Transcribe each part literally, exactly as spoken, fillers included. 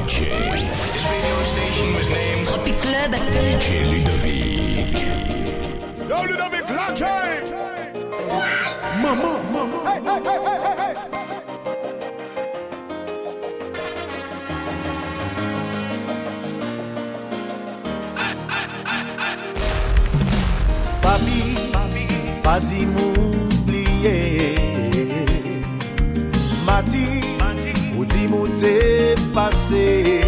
J. This radio station was named Tropic Club. D J Ludovic. Yo, Ludovic, launch it! Mama, mama. Hey, hey, hey, hey, hey, hey. Papi, pas dit m'oublier. Mati, ou dit m'ou t'es passé.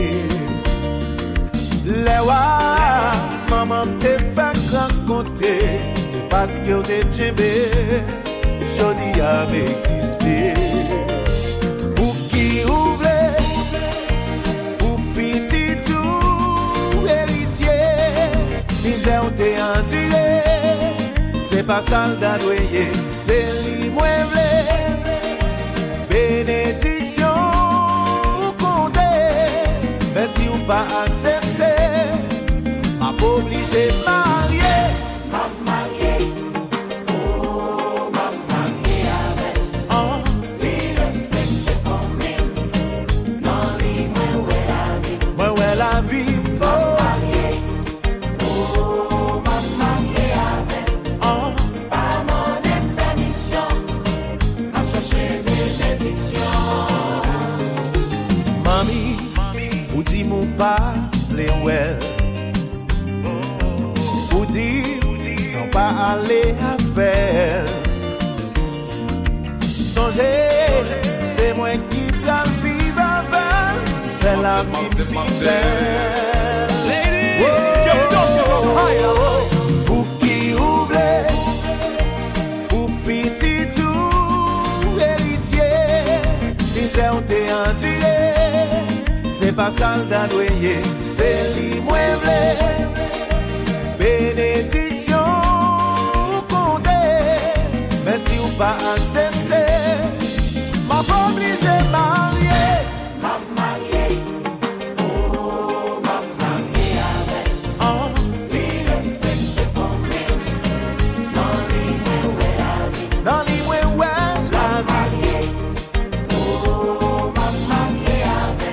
Lewa, maman te fait rencontrer. C'est parce que vous t'es tchébé. Jodi a existé. Pour qui ouvre, pour petit tout héritier. Misère ou t'es enduré. C'est pas soldat doyer, c'est li mueble. Bénédiction ou condé. Mais si ou pas accepté, m'a pas obligé marier. M'a marié. Oh, m'a marié avec. Oh, li respecte famille. Non, li mwen wè la vie. Mwen wè la vie. Mami, ou di mou pa vle wel. Ou di, sans pa ale a fel. Sonje, se mwen ki pral viv avel. Fè la vi pi bel. Ladies, you don't give up higher. Ou ki ouble, ou piti tou héritier. Misè ou te enduré. C'est pas soldat doyer, c'est li mueble. Bénédiction ou condé. Mais si ou pas accepté, m'a pas obligé marier. M'a marié. Oh, m'a marié avec. Oh, li respecte famille. Non, li mwen wè la vie. Non, li mwen wè la vie. Oh, m'a marié avec.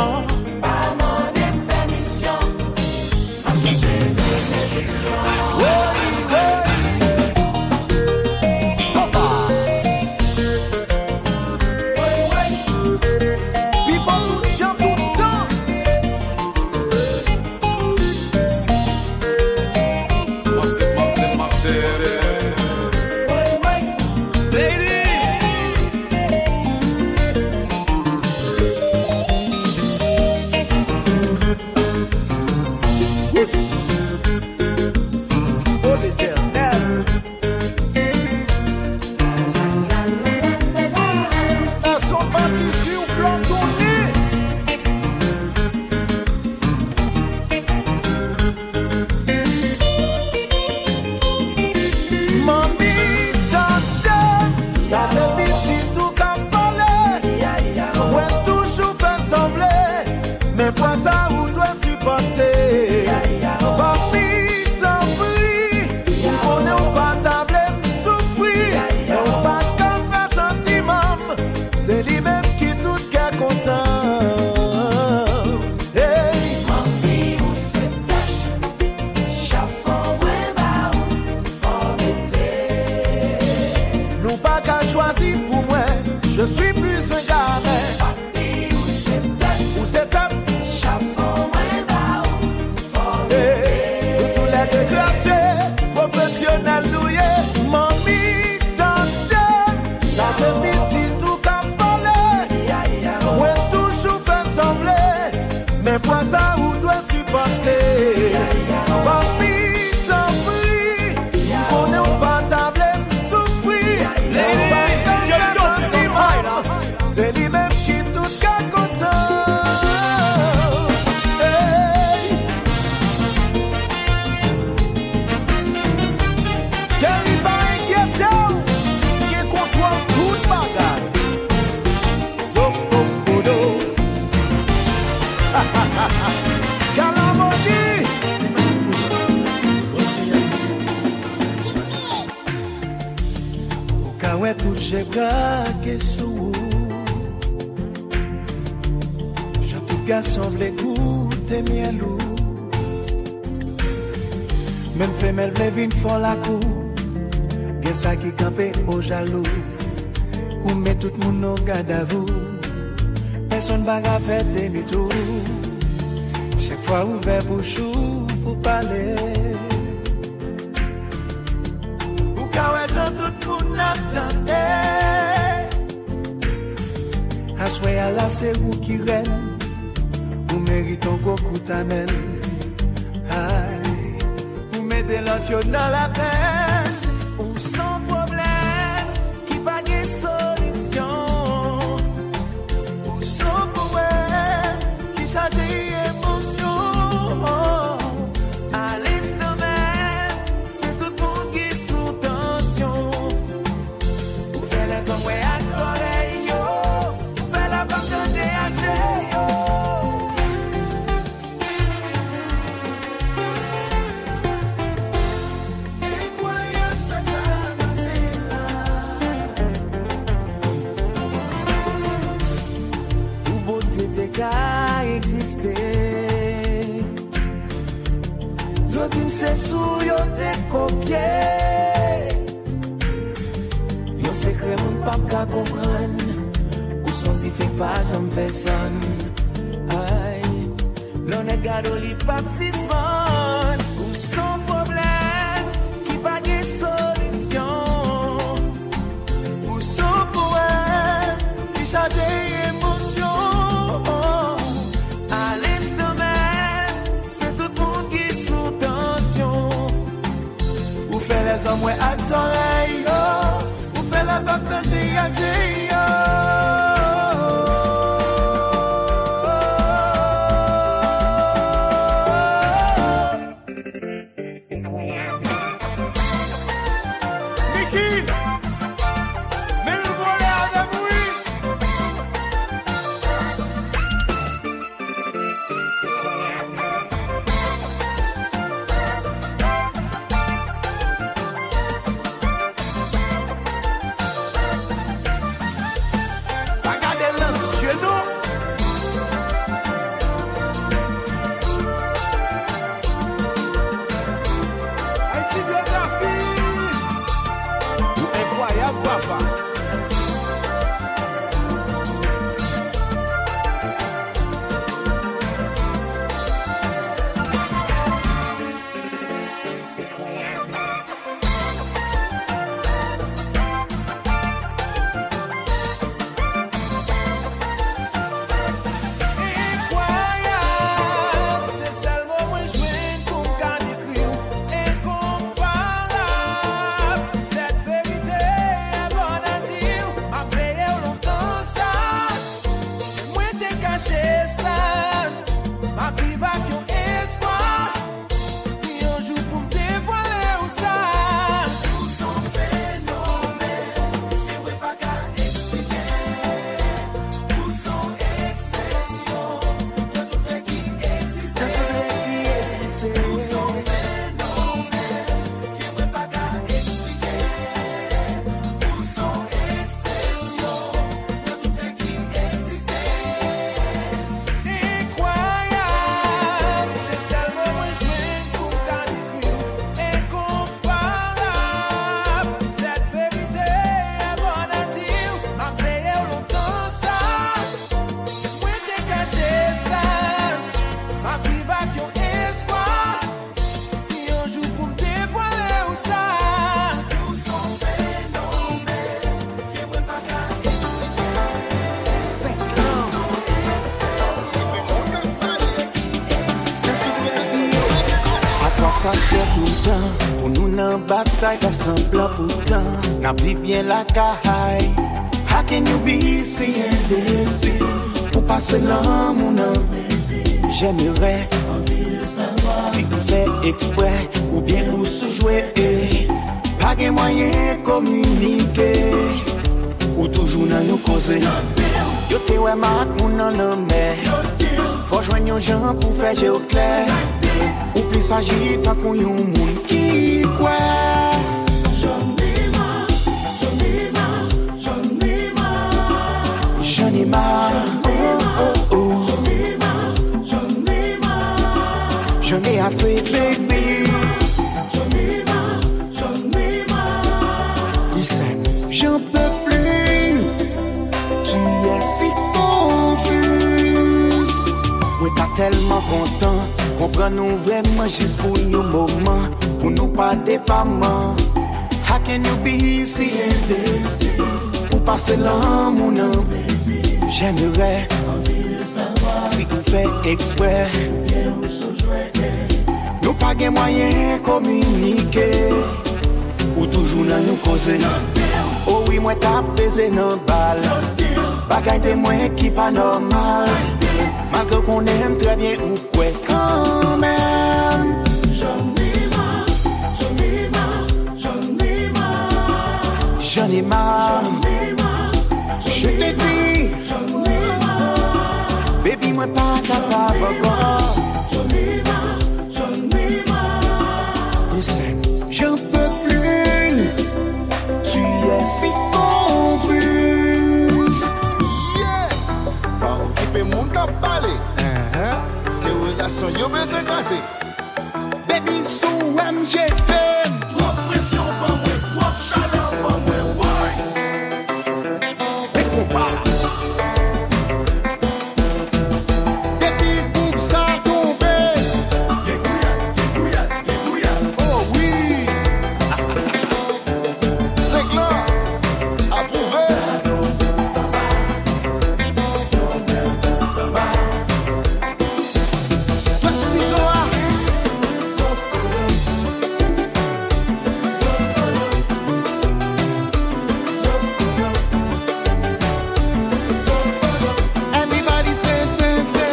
Je suis plus un gamin. Papi, où c'est tête? Où c'est tête? Chapeau, ouais, là où faut hey, nous tous les deux quartiers professionnels, nous y est. Mamie, tante, ça c'est petit tout qu'à parler. Ouais, toujours fait sembler. Mais fois ça, où doit supporter? Papi, t'en prie, on est pas table, souffrir. C'est lui-même qui tout cas content. Hey. C'est lui pas inquiétant qui contrôle tout le bagage. Sauf au boulot. Calamity. Au cas où tout j'ai braqué sous. garçon vle goûter miel ou même femelle vle vin fò la cou gen sa qui camper au jaloux ou met tout moun au garde à vous personne va faire demi-tour chaque fois ouvert bouchou pour parler ou quand est tout moun attendait assoy à la c'est vous qui règne ou méritons beaucoup t'amène aïe ou mettez l'antiot dans la peine ou sans problème qui pas de solution ou sans problème qui charge émotion à l'instant même c'est tout le monde qui sous tension ou fait les hommes à soleil yo ou fait la vente de H yo. Qu'a existé yo dis c'est sous yo te copié yo secret mon pas ka comprendre ou senti fait pas j'en fais son aïe l'on est gado li pas sisman ou sans problème qui pas de solution ou sans problème qui charge émotion fait les hommes à soleil, ou fait la vague de G A G. Ça c'est tout le temps, pour nous dans bataille, pas semblant pourtant, n'a plus bien la caille. How can you be si indécise, pour passer l'amour non? J'aimerais, si vous faites exprès, ou bien vous sous-jouez, pas de moyen de communiquer, ou toujours dans une cause. Yo te ouais mat moun nan nan mer, faut joindre yon gens pour faire géoclair. Ou plus s'agit pas qu'on yon moun qui quoi. J'en ai marre, j'en ai marre, j'en ai marre, j'en ai marre, oh oh oh, j'en ai marre. j'en ai assez, baby. J'en ai marre, j'en ai marre. Listen, j'en peux plus. Tu es si confuse. Ouais, t'as tellement content. Comprends-nous vraiment juste pour un moment. Pour nous pas dépamment. How can you be si indécis? Ou passer l'amour non? J'aimerais si vous faites exprès. Nous pas de moyens communiquer. Ou toujours dans nous causer. Oh oui, moi t'as pesé dans balle. Bagaille de moi qui pas normal. Malgré qu'on aime très bien ou quoi quand même. J'en ai marre, je te dis, baby, moi pas capable encore. Listen, j'en peux plus, tu es si confuse. Yeah! Pas occuper mon cap parler. C'est relation, yo besoin casser. Baby, sous M G t'aime. Trop pression, pas moi, trop chaleur, pas moi, ouais. Depuis pour ça tomber. Débrouillade, débrouillade, débrouillade. Oh oui. C'est clair. Approuvé. Vas-y, toi. Everybody say, say, say.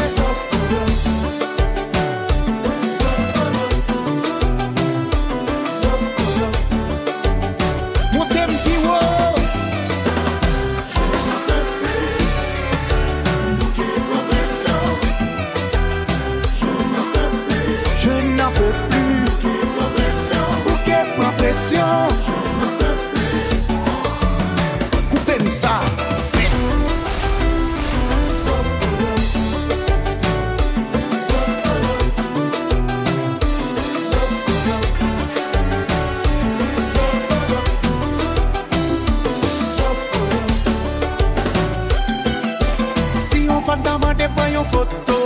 Mon thème qui wow. Je n'en peux plus. Bouquet prend pression. Coupez-moi ça. C'est si on fait d'abord des points, on photo.